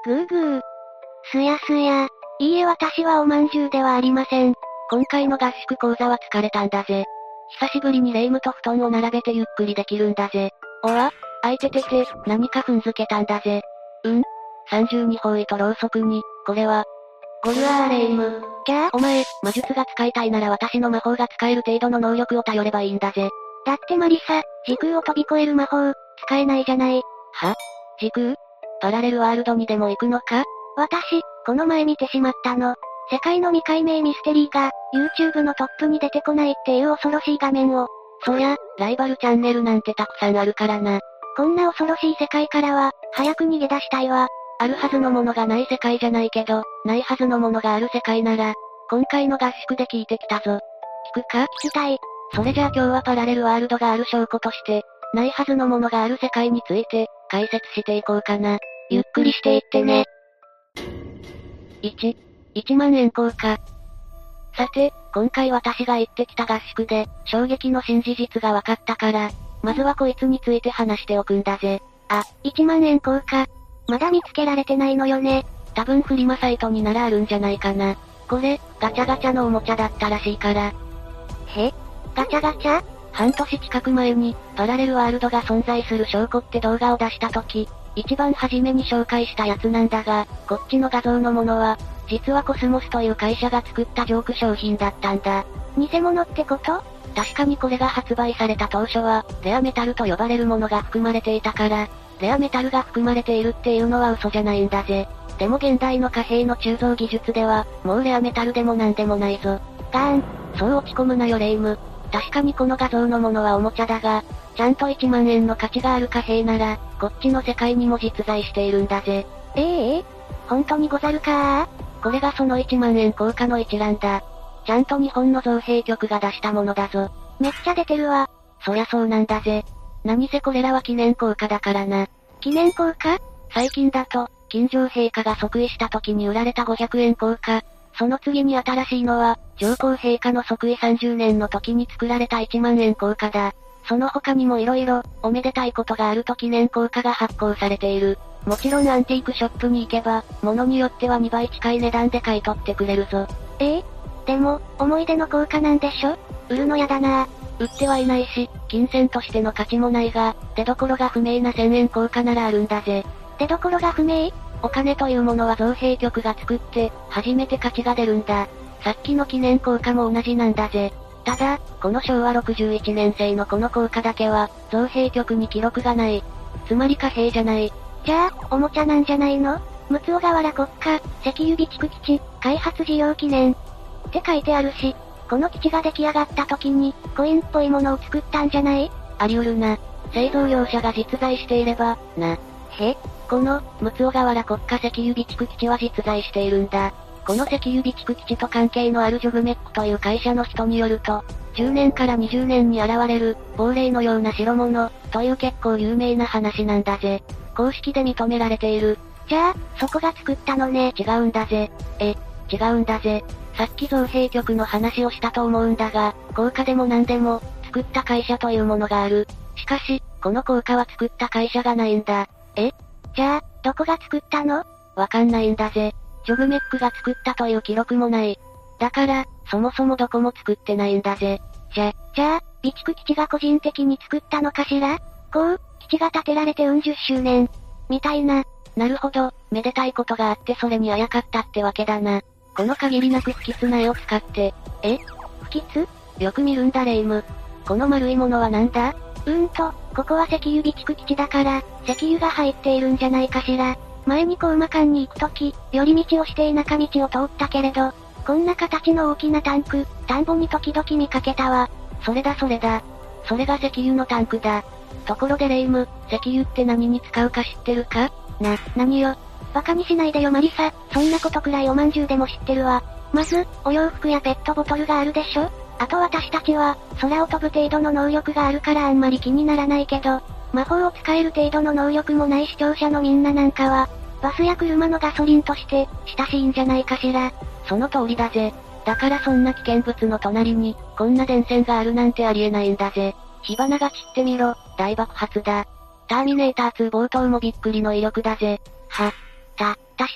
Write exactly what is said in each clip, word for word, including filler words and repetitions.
ぐーぐー。すやすや。いいえ私はおまんじゅうではありません。 今回の合宿講座は疲れたんだぜ。久しぶりに霊夢と布団を並べてゆっくりできるんだぜ。おわ、あいててて、何か踏んづけたんだぜ。うんさんじゅうにほういとろうそくに、これは。ゴルアー霊夢。 キャーお前、魔術が使いたいなら私の魔法が使える程度の能力を頼ればいいんだぜ。 だってマリサ、時空を飛び越える魔法、使えないじゃない。 は時空パラレルワールドにでも行くのか？ 私、この前見てしまったの。世界の未解明ミステリーが、YouTube のトップに出てこないっていう恐ろしい画面を。 そりゃ、ライバルチャンネルなんてたくさんあるからな。 こんな恐ろしい世界からは、早く逃げ出したいわ。 あるはずのものがない世界じゃないけど、ないはずのものがある世界なら、今回の合宿で聞いてきたぞ。聞くか？ 聞きたい。 それじゃあ今日はパラレルワールドがある証拠として、ないはずのものがある世界について、解説していこうかな。ゆっくりしていってね。いち、いちまんえん硬貨。さて、今回私が行ってきた合宿で、衝撃の新事実が分かったから、まずはこいつについて話しておくんだぜ。 あ、いちまんえん硬貨。まだ見つけられてないのよね。 多分フリマサイトにならあるんじゃないかな。これ、ガチャガチャのおもちゃだったらしいから。 へ？ガチャガチャ？ 半年近く前に、パラレルワールドが存在する証拠って動画を出した時、一番初めに紹介したやつなんだが、こっちの画像のものは、実はコスモスという会社が作ったジョーク商品だったんだ。 偽物ってこと？ 確かにこれが発売された当初は、レアメタルと呼ばれるものが含まれていたから、レアメタルが含まれているっていうのは嘘じゃないんだぜ。でも現代の貨幣の鋳造技術では、もうレアメタルでもなんでもないぞ。 ガーン。 そう落ち込むなよレイム。確かにこの画像のものはおもちゃだが、ちゃんといちまんえんの価値がある貨幣なら、こっちの世界にも実在しているんだぜ。 ええー、本当にござるかー？ これがそのいちまんえん硬貨の一覧だ。ちゃんと日本の造幣局が出したものだぞ。 めっちゃ出てるわ。 そりゃそうなんだぜ。何せこれらは記念硬貨だからな。 記念硬貨？ 最近だと、金城陛下が即位した時に売られたごひゃくえん硬貨。その次に新しいのは、上皇陛下の即位さんじゅうねんの時に作られたいちまんえん硬貨だ。その他にも色々、おめでたいことがあると記念硬貨が発行されている。もちろんアンティークショップに行けば、物によってはにばい近い値段で買い取ってくれるぞ。 ええ？でも、思い出の硬貨なんでしょ？売るのやだなぁ。 売ってはいないし、金銭としての価値もないが、出所が不明なせんえん硬貨ならあるんだぜ。 出所が不明？ お金というものは造幣局が作って、初めて価値が出るんだ。さっきの記念硬貨も同じなんだぜ。ただ、このしょうわろくじゅういちねん製のこの硬貨だけは、造幣局に記録がない。つまり貨幣じゃない。 じゃあ、おもちゃなんじゃないの？陸奥河原国家、石油備蓄基地、開発事業記念。って書いてあるし、この基地が出来上がった時に、コインっぽいものを作ったんじゃない？ あり得るな。製造業者が実在していれば、な。 へ？ この、陸奥河原国家石油備蓄基地は実在しているんだ。この石油備蓄基地と関係のあるジョグメックという会社の人によると、じゅうねんからにじゅうねんに現れる、亡霊のような代物、という結構有名な話なんだぜ。公式で認められている。 じゃあ、そこが作ったのね。 違うんだぜ。え、違うんだぜ。さっき造幣局の話をしたと思うんだが、硬貨でも何でも、作った会社というものがある。しかし、この硬貨は作った会社がないんだ。え？ じゃあ、どこが作ったの？ わかんないんだぜ。ジョグメックが作ったという記録もない。だから、そもそもどこも作ってないんだぜ。 じゃ、じゃあ、備蓄基地が個人的に作ったのかしら？こう、基地が建てられてうん十周年。みたいな。 なるほど、めでたいことがあってそれにあやかったってわけだな。この限りなく不吉な絵を使って、え？ 不吉？ よく見るんだレイム。この丸いものはなんだ？ うーんと、ここは石油備蓄基地だから、石油が入っているんじゃないかしら。前にコウマ館に行くとき、寄り道をして田舎道を通ったけれど、こんな形の大きなタンク、田んぼに時々見かけたわ。 それだそれだ。それが石油のタンクだ。ところでレイム、石油って何に使うか知ってるか？ な、何よ。バカにしないでよマリサ、そんなことくらいおまんじゅうでも知ってるわ。まず、お洋服やペットボトルがあるでしょ？あと私たちは、空を飛ぶ程度の能力があるからあんまり気にならないけど、魔法を使える程度の能力もない視聴者のみんななんかは、バスや車のガソリンとして、親しいんじゃないかしら。 その通りだぜ。だからそんな危険物の隣に、こんな電線があるなんてありえないんだぜ。火花が散ってみろ、大爆発だ。ターミネーターツー冒頭もびっくりの威力だぜ。 は、た、タ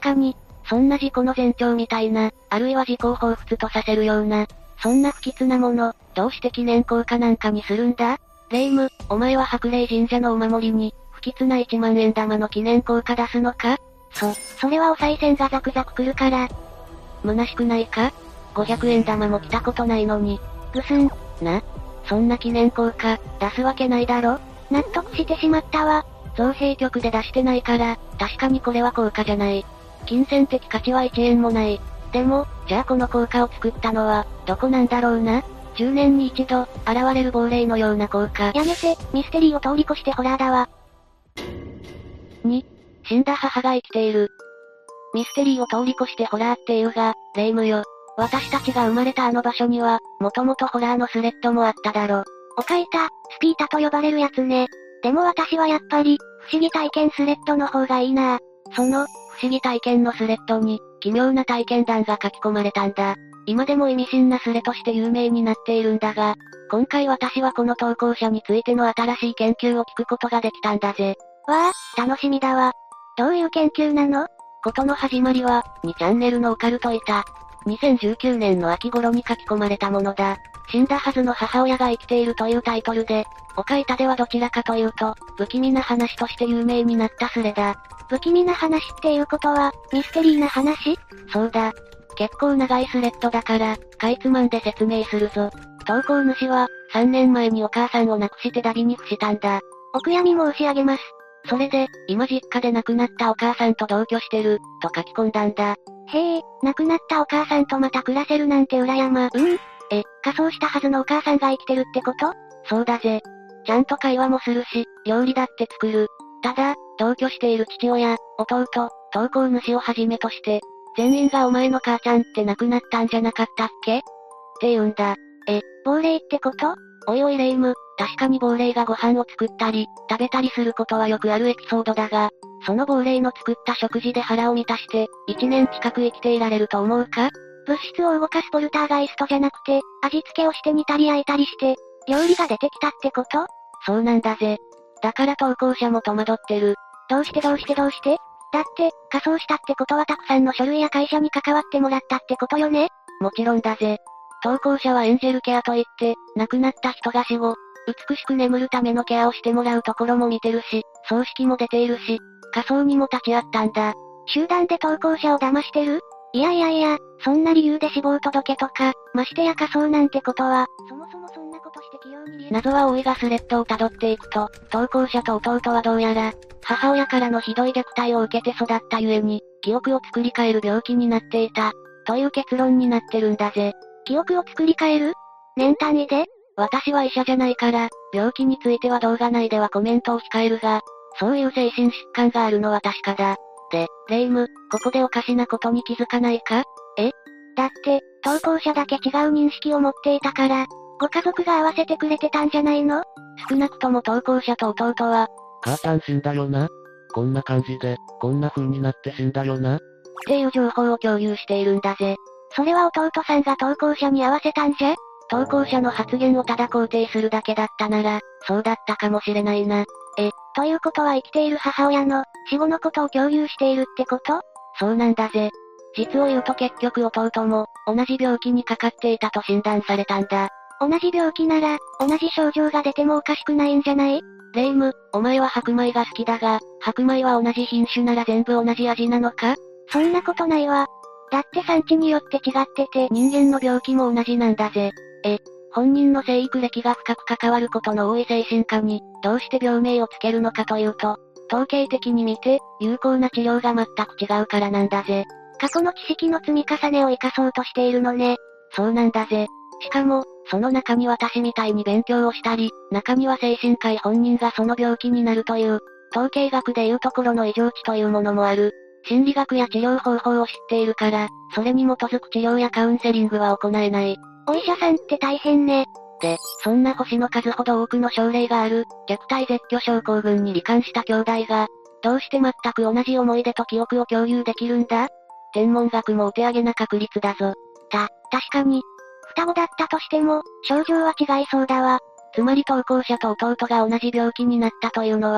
かに、そんな事故の前兆みたいな、あるいは事故を彷彿とさせるような、そんな不吉なもの、どうして記念硬貨なんかにするんだ？レイム、お前は白麗神社のお守りに、不吉ないちまんえん玉の記念硬貨出すのか？ そ、それはお賽銭がザクザク来るから。 虚しくないか？ ごひゃくえん玉も来たことないのに。 ぐすん。 な？そんな記念硬貨、出すわけないだろ？ 納得してしまったわ。 造幣局で出してないから、確かにこれは硬貨じゃない。金銭的価値はいちえんもない。でも、じゃあこの硬貨を作ったのは、どこなんだろうな？じゅうねんに一度、現れる亡霊のような硬貨。 やめて、ミステリーを通り越してホラーだわ。 に、死んだ母が生きている。ミステリーを通り越してホラーっていうが、レイムよ。私たちが生まれたあの場所には、もともとホラーのスレッドもあっただろ。 おかいた、スピータと呼ばれるやつね。でも私はやっぱり、不思議体験スレッドの方がいいな。 その、不思議体験のスレッドに、奇妙な体験談が書き込まれたんだ。今でも意味深なスレとして有名になっているんだが、今回私はこの投稿者についての新しい研究を聞くことができたんだぜ。 わあ、楽しみだわ。どういう研究なの？ ことの始まりは、にチャンネルのオカルトいた。にせんじゅうきゅうねんの秋頃に書き込まれたものだ。死んだはずの母親が生きているというタイトルで、オカイタではどちらかというと、不気味な話として有名になったスレだ。 不気味な話っていうことは、ミステリーな話？ そうだ。結構長いスレッドだから、かいつまんで説明するぞ。投稿主は、さんねんまえにお母さんを亡くしてダビに付したんだ。 お悔やみ申し上げます。 それで、今実家で亡くなったお母さんと同居してる、と書き込んだんだ。 へえ、亡くなったお母さんとまた暮らせるなんて羨ま。うん？え、仮装したはずのお母さんが生きてるってこと？ そうだぜ。ちゃんと会話もするし、料理だって作る。ただ、同居している父親、弟、投稿主をはじめとして、全員がお前の母ちゃんって亡くなったんじゃなかったっけ？って言うんだ。 え、亡霊ってこと？ おいおいレイム、確かに亡霊がご飯を作ったり、食べたりすることはよくあるエピソードだが、その亡霊の作った食事で腹を満たして、一年近く生きていられると思うか？ 物質を動かすポルターガイストじゃなくて、味付けをして煮たり焼いたりして、料理が出てきたってこと？ そうなんだぜ。だから投稿者も戸惑ってる。 どうしてどうしてどうして？だって、仮装したってことはたくさんの書類や会社に関わってもらったってことよね？ もちろんだぜ。投稿者はエンジェルケアといって、亡くなった人が死後、美しく眠るためのケアをしてもらうところも見てるし、葬式も出ているし、仮装にも立ち会ったんだ。 集団で投稿者を騙してる？いやいやいや、そんな理由で死亡届とか、ましてや仮装なんてことは、そもそもそんなことして器用に謎は多いがスレッドを辿っていくと、投稿者と弟はどうやら、母親からのひどい虐待を受けて育ったゆえに、記憶を作り変える病気になっていた、という結論になってるんだぜ。 記憶を作り変える？年単位で？ 私は医者じゃないから、病気については動画内ではコメントを控えるが、そういう精神疾患があるのは確かだ。で、レイム、ここでおかしなことに気づかないか？ え？だって、投稿者だけ違う認識を持っていたから、ご家族が合わせてくれてたんじゃないの？ 少なくとも投稿者と弟は、 母ちゃん死んだよな。こんな感じで、こんな風になって死んだよな。 っていう情報を共有しているんだぜ。 それは弟さんが投稿者に合わせたんじゃ？ 投稿者の発言をただ肯定するだけだったなら、そうだったかもしれないな。 え、ということは生きている母親の、死後のことを共有しているってこと？ そうなんだぜ。実を言うと結局弟も、同じ病気にかかっていたと診断されたんだ。 同じ病気なら、同じ症状が出てもおかしくないんじゃない？ レイム、お前は白米が好きだが、白米は同じ品種なら全部同じ味なのか？ そんなことないわ。だって産地によって違ってて、 人間の病気も同じなんだぜ。え、本人の生育歴が深く関わることの多い精神科に、どうして病名をつけるのかというと、統計的に見て、有効な治療が全く違うからなんだぜ。 過去の知識の積み重ねを生かそうとしているのね。 そうなんだぜ。しかも、その中に私みたいに勉強をしたり、中には精神科医本人がその病気になるという、統計学でいうところの異常値というものもある。心理学や治療方法を知っているから、それに基づく治療やカウンセリングは行えない。 お医者さんって大変ね。 で、そんな星の数ほど多くの症例がある、虐待絶叫症候群に罹患した兄弟が、どうして全く同じ思い出と記憶を共有できるんだ？天文学もお手上げな確率だぞ。 た、確かに。双子だったとしても、症状は違いそうだわ。 つまり投稿者と弟が同じ病気になったというのは、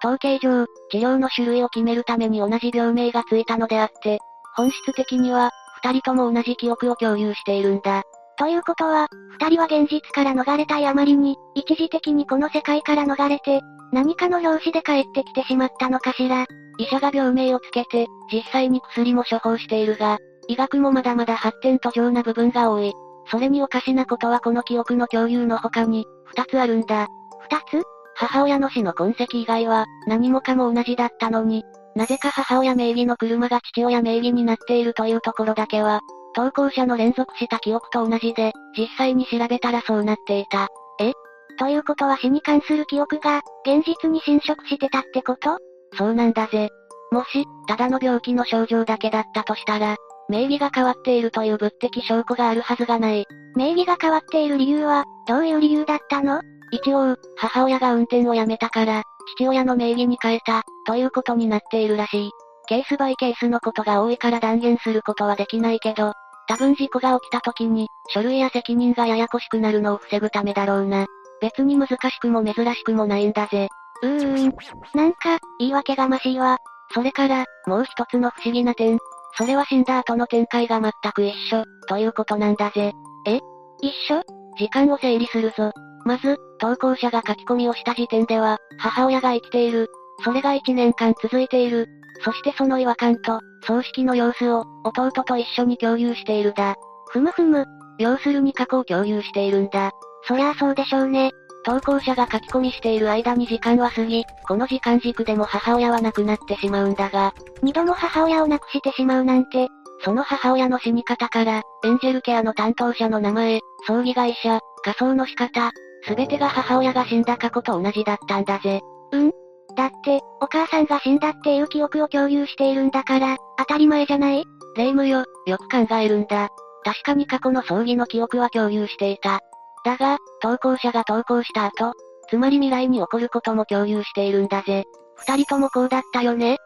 統計上、治療の種類を決めるために同じ病名がついたのであって、本質的には、二人とも同じ記憶を共有しているんだ。 ということは、二人は現実から逃れたいあまりに、一時的にこの世界から逃れて、何かの拍子で帰ってきてしまったのかしら。 医者が病名をつけて、実際に薬も処方しているが、医学もまだまだ発展途上な部分が多い。それにおかしなことはこの記憶の共有の他に、二つあるんだ。 二つ？ 母親の死の痕跡以外は、何もかも同じだったのに、なぜか母親名義の車が父親名義になっているというところだけは、投稿者の連続した記憶と同じで、実際に調べたらそうなっていた。 え？ということは死に関する記憶が、現実に侵食してたってこと？ そうなんだぜ。もし、ただの病気の症状だけだったとしたら、名義が変わっているという物的証拠があるはずがない。 名義が変わっている理由は、どういう理由だったの？ 一応、母親が運転をやめたから、父親の名義に変えた、ということになっているらしい。ケースバイケースのことが多いから断言することはできないけど、多分事故が起きた時に、書類や責任がややこしくなるのを防ぐためだろうな。別に難しくも珍しくもないんだぜ。 うーん。なんか、言い訳がましいわ。 それから、もう一つの不思議な点。それは死んだ後の展開が全く一緒、ということなんだぜ。 え？一緒？ 時間を整理するぞ。まず、投稿者が書き込みをした時点では、母親が生きている。それが一年間続いている。そしてその違和感と、葬式の様子を、弟と一緒に共有しているだ。 ふむふむ。 要するに過去を共有しているんだ。 そりゃあそうでしょうね。 投稿者が書き込みしている間に時間は過ぎ、この時間軸でも母親は亡くなってしまうんだが、 二度も母親を亡くしてしまうなんて、 その母親の死に方から、エンジェルケアの担当者の名前、葬儀会社、火葬の仕方、すべてが母親が死んだ過去と同じだったんだぜ。 うん？だって、お母さんが死んだっていう記憶を共有しているんだから、当たり前じゃない？ 霊夢よ、よく考えるんだ。確かに過去の葬儀の記憶は共有していた。だが、投稿者が投稿した後、つまり未来に起こることも共有しているんだぜ。二人ともこうだったよね？って、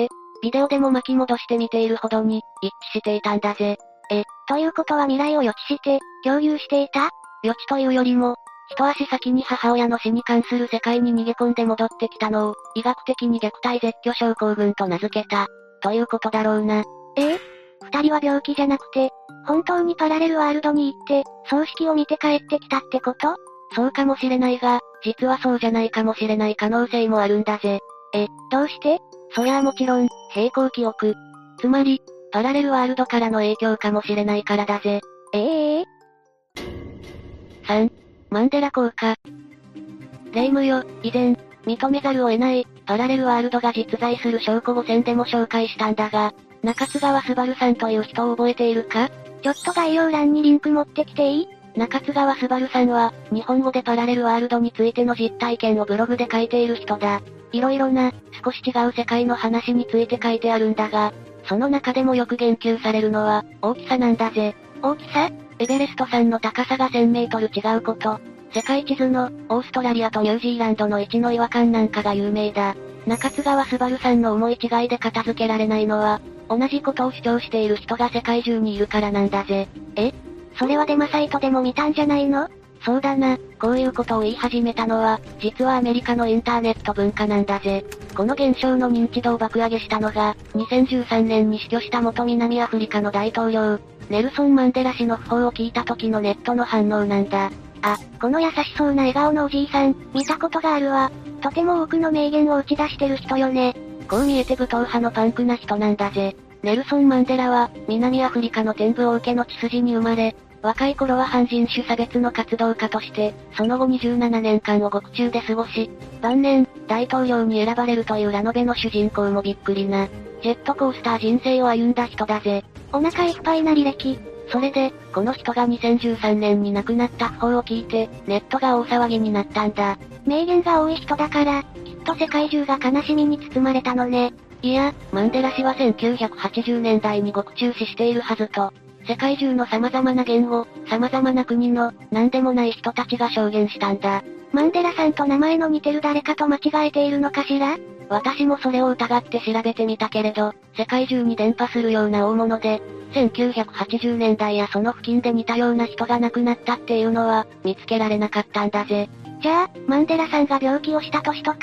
ビデオでも巻き戻してみているほどに、一致していたんだぜ。 え、ということは未来を予知して、共有していた？ 予知というよりも、一足先に母親の死に関する世界に逃げ込んで戻ってきたのを、医学的に虐待絶叫症候群と名付けた、ということだろうな。 ええ？二人は病気じゃなくて、本当にパラレルワールドに行って、葬式を見て帰ってきたってこと？ そうかもしれないが、実はそうじゃないかもしれない可能性もあるんだぜ。 え、どうして？ そりゃあもちろん、並行記憶。つまり、パラレルワールドからの影響かもしれないからだぜ。 ええー、 さん. マンデラ効果。霊夢よ、以前、認めざるを得ない、パラレルワールドが実在する証拠を線でも紹介したんだが、中津川すばるさんという人を覚えているか？ ちょっと概要欄にリンク持ってきていい？ 中津川すばるさんは、日本語でパラレルワールドについての実体験をブログで書いている人だ。いろいろな、少し違う世界の話について書いてあるんだが、その中でもよく言及されるのは、大きさなんだぜ。 大きさ？ エベレスト山の高さがせんメートル違うこと。世界地図の、オーストラリアとニュージーランドの位置の違和感なんかが有名だ。中津川すばるさんの思い違いで片付けられないのは、同じことを主張している人が世界中にいるからなんだぜ。 え？それはデマサイトでも見たんじゃないの？ そうだな、こういうことを言い始めたのは、実はアメリカのインターネット文化なんだぜ。この現象の認知度を爆上げしたのが、にせんじゅうさんねんに死去した元南アフリカの大統領、ネルソン・マンデラ氏の訃報を聞いた時のネットの反応なんだ。 あ、この優しそうな笑顔のおじいさん、見たことがあるわ。とても多くの名言を打ち出してる人よね。 こう見えて武闘派のパンクな人なんだぜ。ネルソン・マンデラは、南アフリカの天部王家の血筋に生まれ、若い頃は反人種差別の活動家として、その後にじゅうななねんかんを獄中で過ごし、晩年、大統領に選ばれるというラノベの主人公もびっくりな、ジェットコースター人生を歩んだ人だぜ。 お腹いっぱいな履歴。 それで、この人がにせんじゅうさんねんに亡くなった訃報を聞いて、ネットが大騒ぎになったんだ。 名言が多い人だから、きっと世界中が悲しみに包まれたのね。 いや、マンデラ氏はせんきゅうひゃくはちじゅうねんだいに獄中死しているはずと、世界中の様々な言語、様々な国の、何でもない人たちが証言したんだ。 マンデラさんと名前の似てる誰かと間違えているのかしら？ 私もそれを疑って調べてみたけれど、世界中に伝播するような大物で、せんきゅうひゃくはちじゅうねんだいやその付近で似たような人が亡くなったっていうのは、見つけられなかったんだぜ。 じゃあ、マンデラさんが病気をした年とか？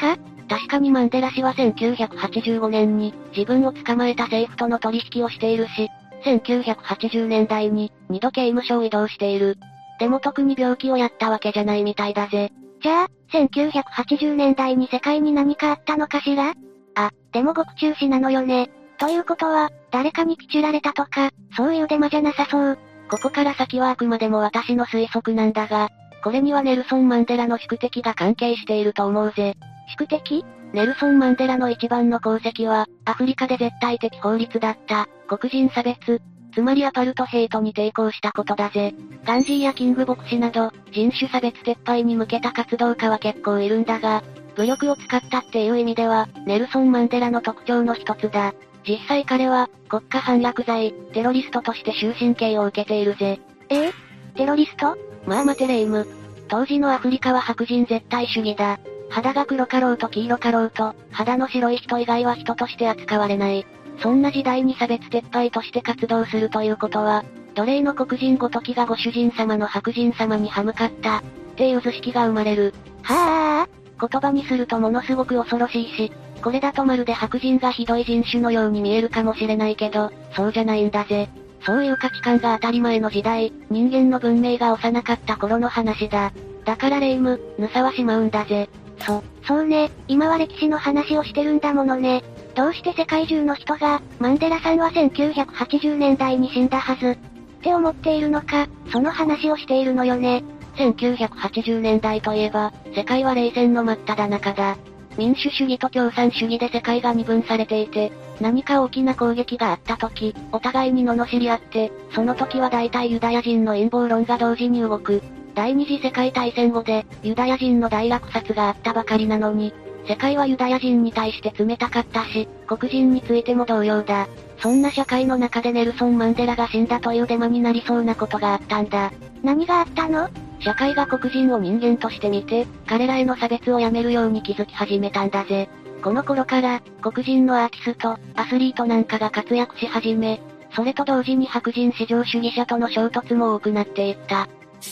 確かにマンデラ氏はせんきゅうひゃくはちじゅうごねんに自分を捕まえた政府との取引をしているし、せんきゅうひゃくはちじゅうねんだいににど刑務所を移動している。でも特に病気をやったわけじゃないみたいだぜ。 じゃあ、せんきゅうひゃくはちじゅうねんだいに世界に何かあったのかしら？あ、でも獄中死なのよね。ということは、誰かにピチュられたとか、そういうデマじゃなさそう。 ここから先はあくまでも私の推測なんだが、これにはネルソン・マンデラの宿敵が関係していると思うぜ。 宿敵？ ネルソン・マンデラの一番の功績は、アフリカで絶対的法律だった、黒人差別、つまりアパルトヘイトに抵抗したことだぜ。ガンジーやキング牧師など、人種差別撤廃に向けた活動家は結構いるんだが、武力を使ったっていう意味では、ネルソン・マンデラの特徴の一つだ。実際彼は、国家反逆罪、テロリストとして終身刑を受けているぜ。 ええ？テロリスト？ まあ待てレイム。当時のアフリカは白人絶対主義だ。肌が黒かろうと黄色かろうと、肌の白い人以外は人として扱われない。そんな時代に差別撤廃として活動するということは、奴隷の黒人ごときがご主人様の白人様に歯向かった、っていう図式が生まれる。 はぁ、言葉にするとものすごく恐ろしいし、これだとまるで白人がひどい人種のように見えるかもしれないけど、そうじゃないんだぜ。そういう価値観が当たり前の時代、人間の文明が幼かった頃の話だ。だからレイム、ぬさはしまうんだぜ。 そ、そうね、今は歴史の話をしてるんだものね。どうして世界中の人が、マンデラさんはせんきゅうひゃくはちじゅうねんだいに死んだはず、って思っているのか、その話をしているのよね。 せんきゅうひゃくはちじゅうねんだいといえば、世界は冷戦の真っ只中だ。民主主義と共産主義で世界が二分されていて、何か大きな攻撃があった時、お互いに罵り合って、その時は大体ユダヤ人の陰謀論が同時に動く。第二次世界大戦後で、ユダヤ人の大落札があったばかりなのに、世界はユダヤ人に対して冷たかったし、黒人についても同様だ。そんな社会の中でネルソン・マンデラが死んだというデマになりそうなことがあったんだ。 何があったの？ 社会が黒人を人間として見て、彼らへの差別をやめるように気づき始めたんだぜ。この頃から、黒人のアーティスト、アスリートなんかが活躍し始め、それと同時に白人至上主義者との衝突も多くなっていった。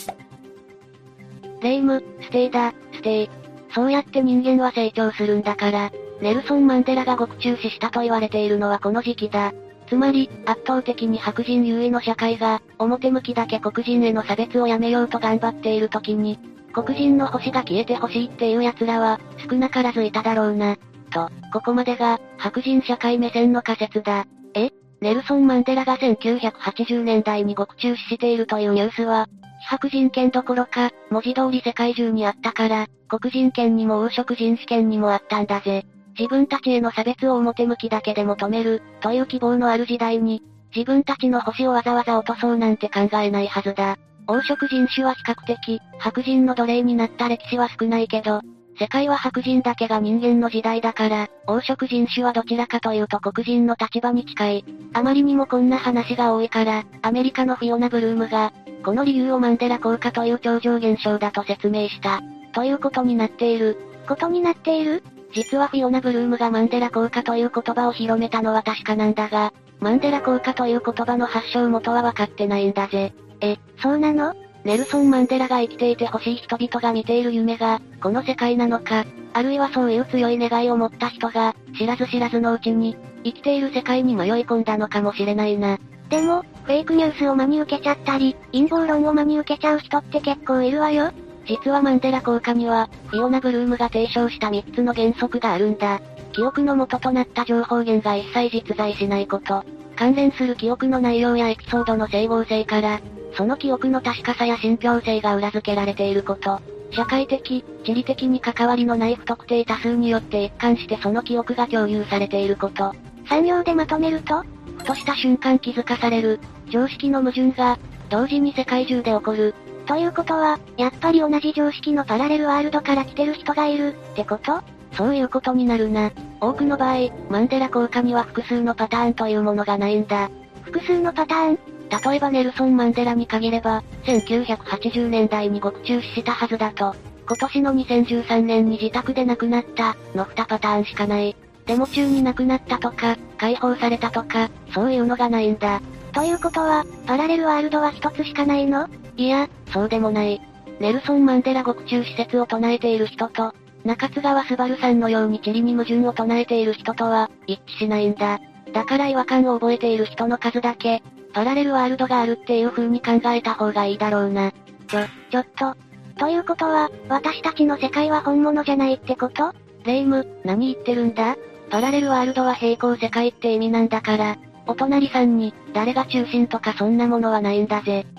レイム、ステイだ、ステイ。そうやって人間は成長するんだから、ネルソン・マンデラが獄中死したと言われているのはこの時期だ。つまり、圧倒的に白人優位の社会が、表向きだけ黒人への差別をやめようと頑張っている時に、黒人の星が消えてほしいっていう奴らは、少なからずいただろうな。と、ここまでが、白人社会目線の仮説だ。え？ネルソン・マンデラがせんきゅうひゃくはちじゅうねんだいに獄中死しているというニュースは、非白人権どころか、文字通り世界中にあったから、黒人権にも黄色人種権にもあったんだぜ。自分たちへの差別を表向きだけでも止める、という希望のある時代に、自分たちの星をわざわざ落とそうなんて考えないはずだ。黄色人種は比較的、白人の奴隷になった歴史は少ないけど、世界は白人だけが人間の時代だから、黄色人種はどちらかというと黒人の立場に近い。あまりにもこんな話が多いから、アメリカのフィオナ・ブルームが、この理由をマンデラ効果という超常現象だと説明した。ということになっている。 ことになっている？ 実はフィオナ・ブルームがマンデラ効果という言葉を広めたのは確かなんだが、マンデラ効果という言葉の発祥元は分かってないんだぜ。 え、そうなの？ ネルソン・マンデラが生きていてほしい人々が見ている夢が、この世界なのか、あるいはそういう強い願いを持った人が、知らず知らずのうちに、生きている世界に迷い込んだのかもしれないな。 でも、フェイクニュースを真に受けちゃったり、陰謀論を真に受けちゃう人って結構いるわよ。 実はマンデラ効果には、フィオナ・ブルームが提唱したみっつの原則があるんだ。記憶の元となった情報源が一切実在しないこと。関連する記憶の内容やエピソードの整合性から、その記憶の確かさや信憑性が裏付けられていること。社会的、地理的に関わりのない不特定多数によって一貫してその記憶が共有されていること。 さん行でまとめると、 ふとした瞬間気づかされる、常識の矛盾が、同時に世界中で起こる。 ということは、やっぱり同じ常識のパラレルワールドから来てる人がいる、ってこと？ そういうことになるな。多くの場合、マンデラ効果には複数のパターンというものがないんだ。 複数のパターン？ 例えばネルソン・マンデラに限れば、せんきゅうひゃくはちじゅうねんだいに獄中死したはずだと、今年のにせんじゅうさんねんに自宅で亡くなった、のにパターンしかない。デモ中に亡くなったとか、解放されたとか、そういうのがないんだ。 ということは、パラレルワールドは一つしかないの？ いや、そうでもない。ネルソン・マンデラ獄中施設を唱えている人と、 中津川昴さんのように地理に矛盾を唱えている人とは、一致しないんだ。だから違和感を覚えている人の数だけ、パラレルワールドがあるっていう風に考えた方がいいだろうな。 ちょ、ちょっと。ということは、私たちの世界は本物じゃないってこと？ レイム、何言ってるんだ？パラレルワールドは平行世界って意味なんだから、お隣さんに、誰が中心とかそんなものはないんだぜ。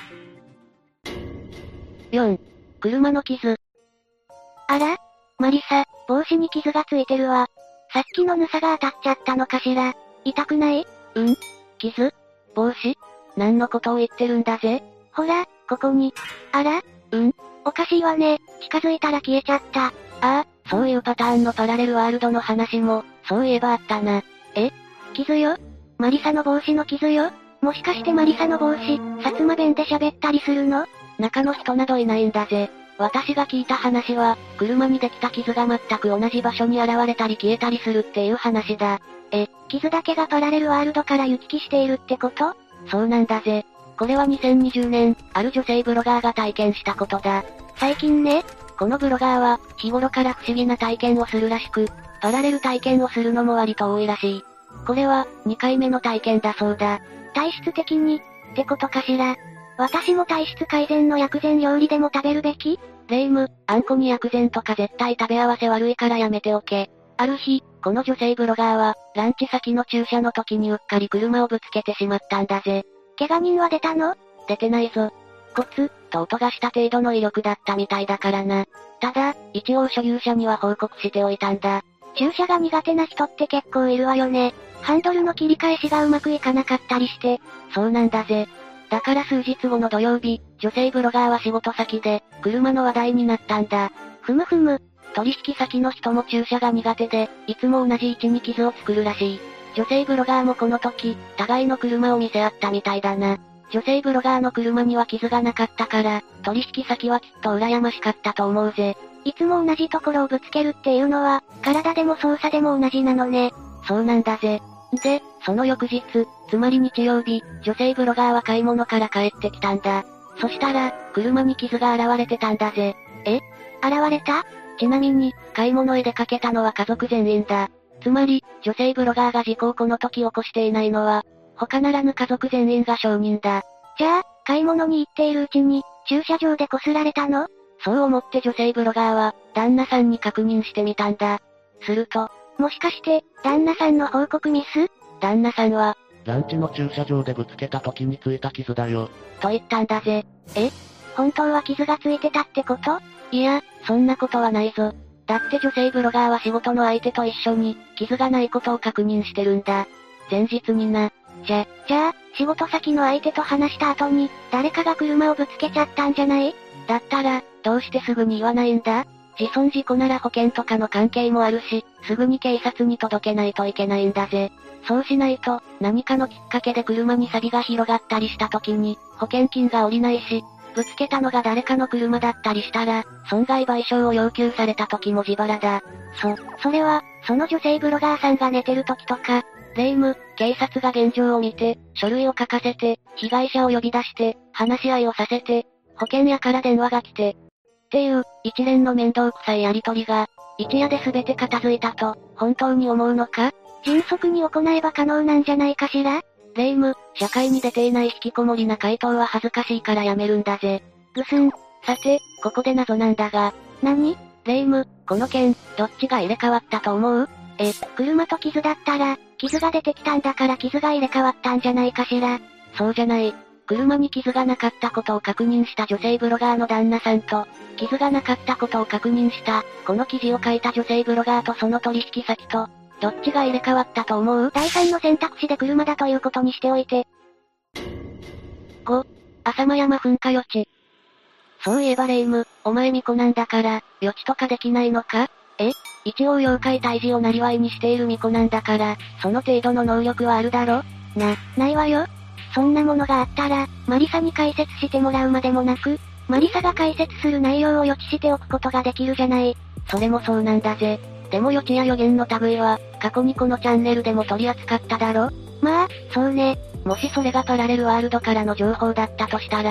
よん、車の傷。 あら？マリサ、帽子に傷がついてるわ。さっきのヌサが当たっちゃったのかしら？痛くない？ うん？傷？帽子？何のことを言ってるんだぜ？ ほら、ここに。あら？ うん？ おかしいわね、近づいたら消えちゃった。 ああ、そういうパターンのパラレルワールドの話も、そういえばあったな。 え？傷よ？マリサの帽子の傷よ？もしかしてマリサの帽子、薩摩弁で喋ったりするの？ 中の人などいないんだぜ。私が聞いた話は、車にできた傷が全く同じ場所に現れたり消えたりするっていう話だ。 え、傷だけがパラレルワールドから行き来しているってこと？ そうなんだぜ。これはにせんにじゅうねん、ある女性ブロガーが体験したことだ。 最近ね。 このブロガーは、日頃から不思議な体験をするらしく、パラレル体験をするのも割と多いらしい。これは、にかいめの体験だそうだ。 体質的に、ってことかしら。私も体質改善の薬膳料理でも食べるべき？ レイム、あんこに薬膳とか絶対食べ合わせ悪いからやめておけ。ある日、この女性ブロガーは、ランチ先の駐車の時にうっかり車をぶつけてしまったんだぜ。 怪我人は出たの？ 出てないぞ。コツ、と音がした程度の威力だったみたいだからな。ただ、一応所有者には報告しておいたんだ。 駐車が苦手な人って結構いるわよね。ハンドルの切り返しがうまくいかなかったりして。 そうなんだぜ。だから数日後の土曜日、女性ブロガーは仕事先で、車の話題になったんだ。 ふむふむ。 取引先の人も駐車が苦手で、いつも同じ位置に傷を作るらしい。女性ブロガーもこの時、互いの車を見せ合ったみたいだな。女性ブロガーの車には傷がなかったから、取引先はきっと羨ましかったと思うぜ。 いつも同じところをぶつけるっていうのは、体でも操作でも同じなのね。 そうなんだぜ。で、その翌日、つまり日曜日、女性ブロガーは買い物から帰ってきたんだ。そしたら、車に傷が現れてたんだぜ。 え？現れた？ ちなみに、買い物へ出かけたのは家族全員だ。つまり、女性ブロガーが事故をこの時起こしていないのは、他ならぬ家族全員が証人だ。 じゃあ、買い物に行っているうちに、駐車場で擦られたの？ そう思って女性ブロガーは、旦那さんに確認してみたんだ。すると、 もしかして、旦那さんの報告ミス？ 旦那さんは、 ランチの駐車場でぶつけた時についた傷だよ。 と言ったんだぜ。 え？本当は傷がついてたってこと？ いや、そんなことはないぞ。だって女性ブロガーは仕事の相手と一緒に、傷がないことを確認してるんだ。前日にな。 じゃ、じゃあ、仕事先の相手と話した後に、誰かが車をぶつけちゃったんじゃない？ だったら、どうしてすぐに言わないんだ？自損事故なら保険とかの関係もあるし、すぐに警察に届けないといけないんだぜ。そうしないと、何かのきっかけで車に錆が広がったりした時に、保険金が下りないし、ぶつけたのが誰かの車だったりしたら、損害賠償を要求された時も自腹だ。 そ、それは、その女性ブロガーさんが寝てる時とか、 霊夢、警察が現状を見て、書類を書かせて、被害者を呼び出して、話し合いをさせて、保険屋から電話が来て、っていう、一連の面倒くさいやりとりが、一夜で全て片付いたと、本当に思うのか？ 迅速に行えば可能なんじゃないかしら？ 霊夢、社会に出ていない引きこもりな回答は恥ずかしいからやめるんだぜ。 ぐすん。 さて、ここで謎なんだが。 何？ 霊夢、この件、どっちが入れ替わったと思う？ え、車と傷だったら、傷が出てきたんだから傷が入れ替わったんじゃないかしら？ そうじゃない。車に傷がなかったことを確認した女性ブロガーの旦那さんと、傷がなかったことを確認した、この記事を書いた女性ブロガーとその取引先と、どっちが入れ替わったと思う？ だいさんの選択肢で車だということにしておいて。 ご、浅間山噴火予知。そういえば霊夢、お前巫女なんだから、予知とかできないのか？え？一応妖怪退治をなりわいにしている巫女なんだから、その程度の能力はあるだろ？ な、ないわよ。そんなものがあったら、マリサに解説してもらうまでもなく、マリサが解説する内容を予知しておくことができるじゃない。 それもそうなんだぜ。でも予知や予言の類は、過去にこのチャンネルでも取り扱っただろ？ まあ、そうね。 もしそれがパラレルワールドからの情報だったとしたら、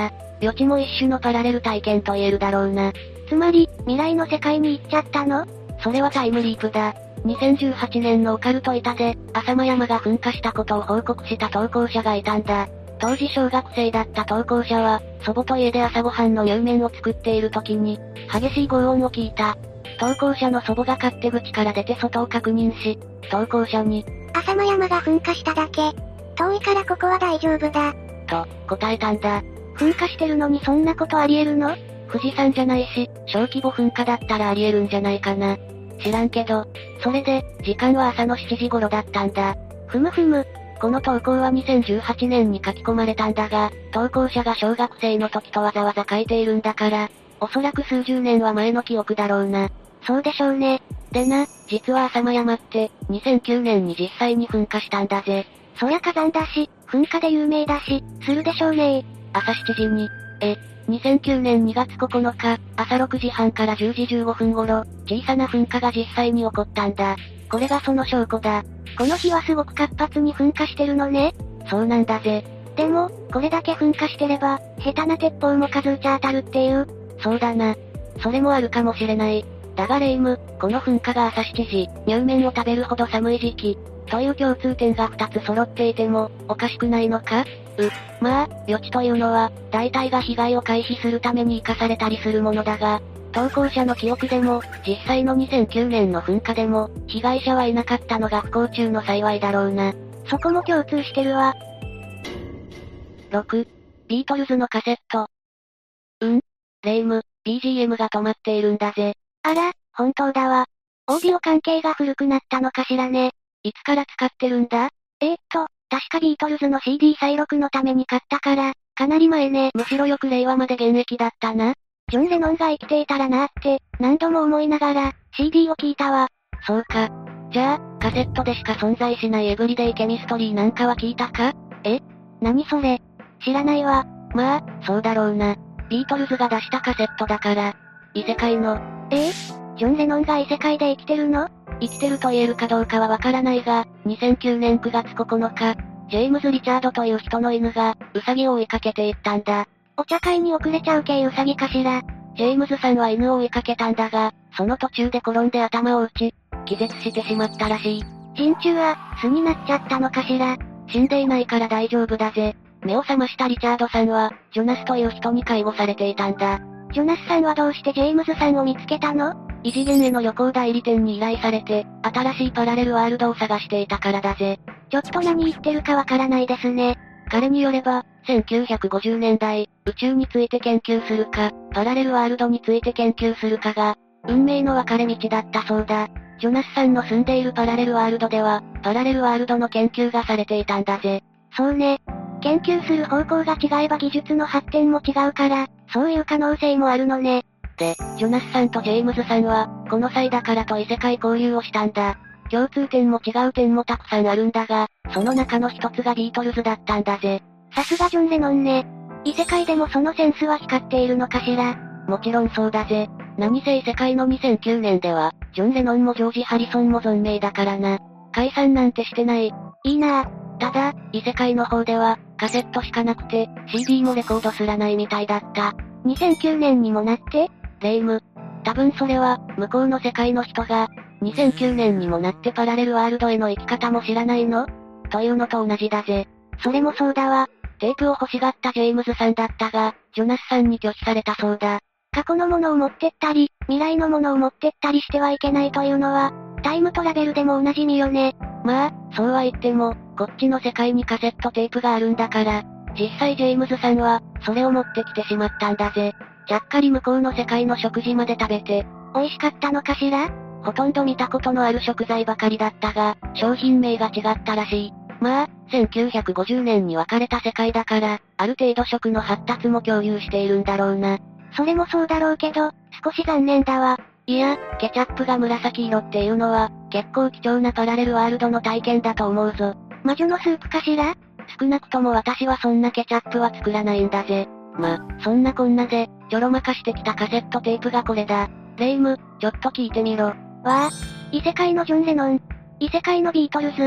予知も一種のパラレル体験と言えるだろうな。 つまり、未来の世界に行っちゃったの？ それはタイムリープだ。にせんじゅうはちねんのオカルト板で、浅間山が噴火したことを報告した投稿者がいたんだ。当時小学生だった投稿者は、祖母と家で朝ごはんの乳麺を作っている時に、激しい轟音を聞いた。投稿者の祖母が勝手口から出て外を確認し、投稿者に、 浅間山が噴火しただけ。遠いからここは大丈夫だ。 と、答えたんだ。 噴火してるのにそんなことあり得るの？ 富士山じゃないし、小規模噴火だったらあり得るんじゃないかな。知らんけど。それで、時間は朝のしちじ頃だったんだ。 ふむふむ。 この投稿はにせんじゅうはちねんに書き込まれたんだが、投稿者が小学生の時とわざわざ書いているんだから、おそらく数十年は前の記憶だろうな。 そうでしょうね。 でな、実は浅間山って、にせんきゅうねんに実際に噴火したんだぜ。 そりゃ火山だし、噴火で有名だし、するでしょうね。 朝しちじに、え、にせんきゅうねんにがつここのか、朝ろくじはんからじゅうじじゅうごふん頃、小さな噴火が実際に起こったんだ。これがその証拠だ。 この日はすごく活発に噴火してるのね。 そうなんだぜ。 でも、これだけ噴火してれば、下手な鉄砲も数打ち当たるっていう。 そうだな。それもあるかもしれない。だがレイム、この噴火が朝しちじ、乳麺を食べるほど寒い時期、という共通点がふたつ揃っていても、おかしくないのか？う、まあ、予知というのは、大体が被害を回避するために生かされたりするものだが、投稿者の記憶でも、実際のにせんきゅうねんの噴火でも、被害者はいなかったのが不幸中の幸いだろうな。 そこも共通してるわ。 ろく、ビートルズのカセット。うん？レイム、ビージーエム が止まっているんだぜ。 あら、本当だわ。オーディオ関係が古くなったのかしらね。 いつから使ってるんだ？ えーっと、確かビートルズの シーディー 再録のために買ったから、かなり前ね。 むしろよく令和まで現役だったな。 ジョン・レノンが生きていたらなーって、何度も思いながら、シーディー を聞いたわ。 そうか。じゃあ、カセットでしか存在しないエブリデイケミストリーなんかは聞いたか？ え？何それ？知らないわ。 まあ、そうだろうな。ビートルズが出したカセットだから。異世界の。 えー、ジョン・レノンが異世界で生きてるの？ 生きてると言えるかどうかはわからないが、にせんきゅうねんくがつここのか、ジェームズ・リチャードという人の犬が、ウサギを追いかけていったんだ。 お茶会に遅れちゃう系ウサギかしら。 ジェームズさんは犬を追いかけたんだが、その途中で転んで頭を打ち、気絶してしまったらしい。 心中は、巣になっちゃったのかしら。 死んでいないから大丈夫だぜ。目を覚ましたリチャードさんは、ジョナスという人に介護されていたんだ。 ジョナスさんはどうしてジェームズさんを見つけたの？ 異次元への旅行代理店に依頼されて、新しいパラレルワールドを探していたからだぜ。 ちょっと何言ってるかわからないですね。 彼によれば、せんきゅうひゃくごじゅうねんだい、宇宙について研究するか、パラレルワールドについて研究するかが、運命の分かれ道だったそうだ。ジョナスさんの住んでいるパラレルワールドでは、パラレルワールドの研究がされていたんだぜ。 そうね。研究する方向が違えば技術の発展も違うから、そういう可能性もあるのね。 で、ジョナスさんとジェームズさんは、この際だからと異世界交流をしたんだ。共通点も違う点もたくさんあるんだが、その中の一つがビートルズだったんだぜ。 さすがジョン・レノンね。異世界でもそのセンスは光っているのかしら。 もちろんそうだぜ。何せ異世界のにせんきゅうねんでは、ジョン・レノンもジョージ・ハリソンも存命だからな。解散なんてしてない。 いいなぁ。 ただ、異世界の方では、カセットしかなくて、シーディー もレコードすらないみたいだった。 にせんきゅうねんにもなってレイム。多分それは、向こうの世界の人が、にせんきゅうねんにもなってパラレルワールドへの生き方も知らないの？というのと同じだぜ。 それもそうだわ。 テープを欲しがったジェームズさんだったが、ジョナスさんに拒否されたそうだ。 過去のものを持ってったり、未来のものを持ってったりしてはいけないというのは、タイムトラベルでもおなじみよね。 まあ、そうは言っても、こっちの世界にカセットテープがあるんだから、実際ジェームズさんは、それを持ってきてしまったんだぜ。ちゃっかり向こうの世界の食事まで食べて、 美味しかったのかしら？ ほとんど見たことのある食材ばかりだったが、商品名が違ったらしい。まあ、せんきゅうひゃくごじゅうねんに分かれた世界だから、ある程度食の発達も共有しているんだろうな。 それもそうだろうけど、少し残念だわ。 いや、ケチャップが紫色っていうのは、結構貴重なパラレルワールドの体験だと思うぞ。 魔女のスープかしら？ 少なくとも私はそんなケチャップは作らないんだぜ。ま、そんなこんなで、ちょろまかしてきたカセットテープがこれだ。レイム、ちょっと聞いてみろ。わあ、異世界のジョン・レノン。異世界のビートルズ。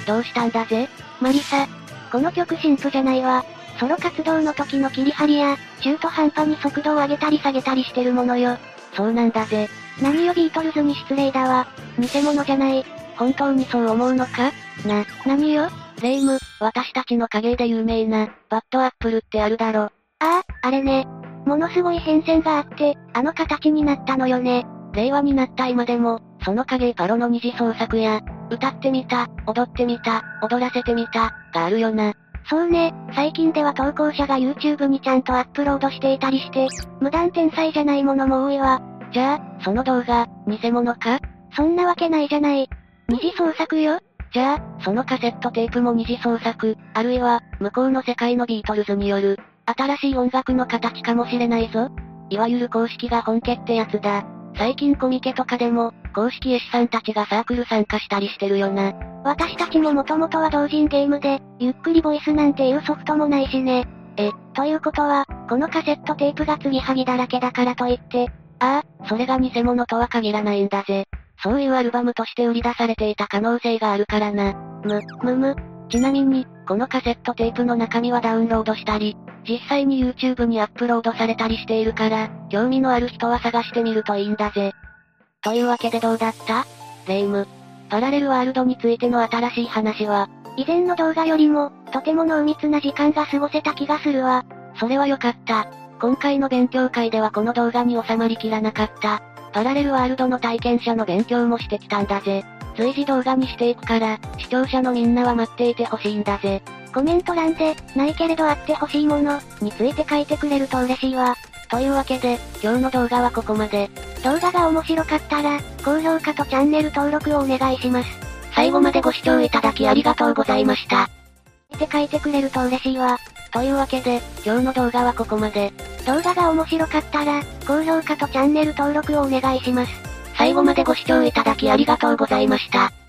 どうしたんだぜ？ マリサ。この曲新譜じゃないわ。ソロ活動の時の切り張りや、中途半端に速度を上げたり下げたりしてるものよ。 そうなんだぜ。 何よビートルズに失礼だわ。偽物じゃない。 本当にそう思うのか？ な、何よ？ レイム、私たちの影で有名な、バッドアップルってあるだろ。 ああ、あれね。ものすごい変遷があって、あの形になったのよね。 令和になった今でも、その影パロの二次創作や、歌ってみた、踊ってみた、踊らせてみた、があるよな。 そうね、最近では投稿者が YouTube にちゃんとアップロードしていたりして、無断転載じゃないものも多いわ。 じゃあ、その動画、偽物か？ そんなわけないじゃない。二次創作よ。 じゃあ、そのカセットテープも二次創作、あるいは、向こうの世界のビートルズによる、新しい音楽の形かもしれないぞ。いわゆる公式が本家ってやつだ。最近コミケとかでも、公式絵師さんたちがサークル参加したりしてるよな。 私たちも元々は同人ゲームで、ゆっくりボイスなんていうソフトもないしね。え、ということは、このカセットテープが継ぎはぎだらけだからといって、 ああ、それが偽物とは限らないんだぜ。そういうアルバムとして売り出されていた可能性があるからな。 む、むむ。 ちなみに、このカセットテープの中身はダウンロードしたり、実際に YouTube にアップロードされたりしているから、興味のある人は探してみるといいんだぜ。というわけでどうだった？レイム。パラレルワールドについての新しい話は、 以前の動画よりも、とても濃密な時間が過ごせた気がするわ。 それはよかった。今回の勉強会ではこの動画に収まりきらなかった。パラレルワールドの体験者の勉強もしてきたんだぜ。随時動画にしていくから、視聴者のみんなは待っていてほしいんだぜ。 コメント欄で、ないけれどあってほしいもの、について書いてくれると嬉しいわ。 というわけで、今日の動画はここまで。 動画が面白かったら、高評価とチャンネル登録をお願いします。 最後までご視聴いただきありがとうございました。 って書いてくれると嬉しいわ。 というわけで、今日の動画はここまで。 動画が面白かったら、高評価とチャンネル登録をお願いします。 最後までご視聴いただきありがとうございました。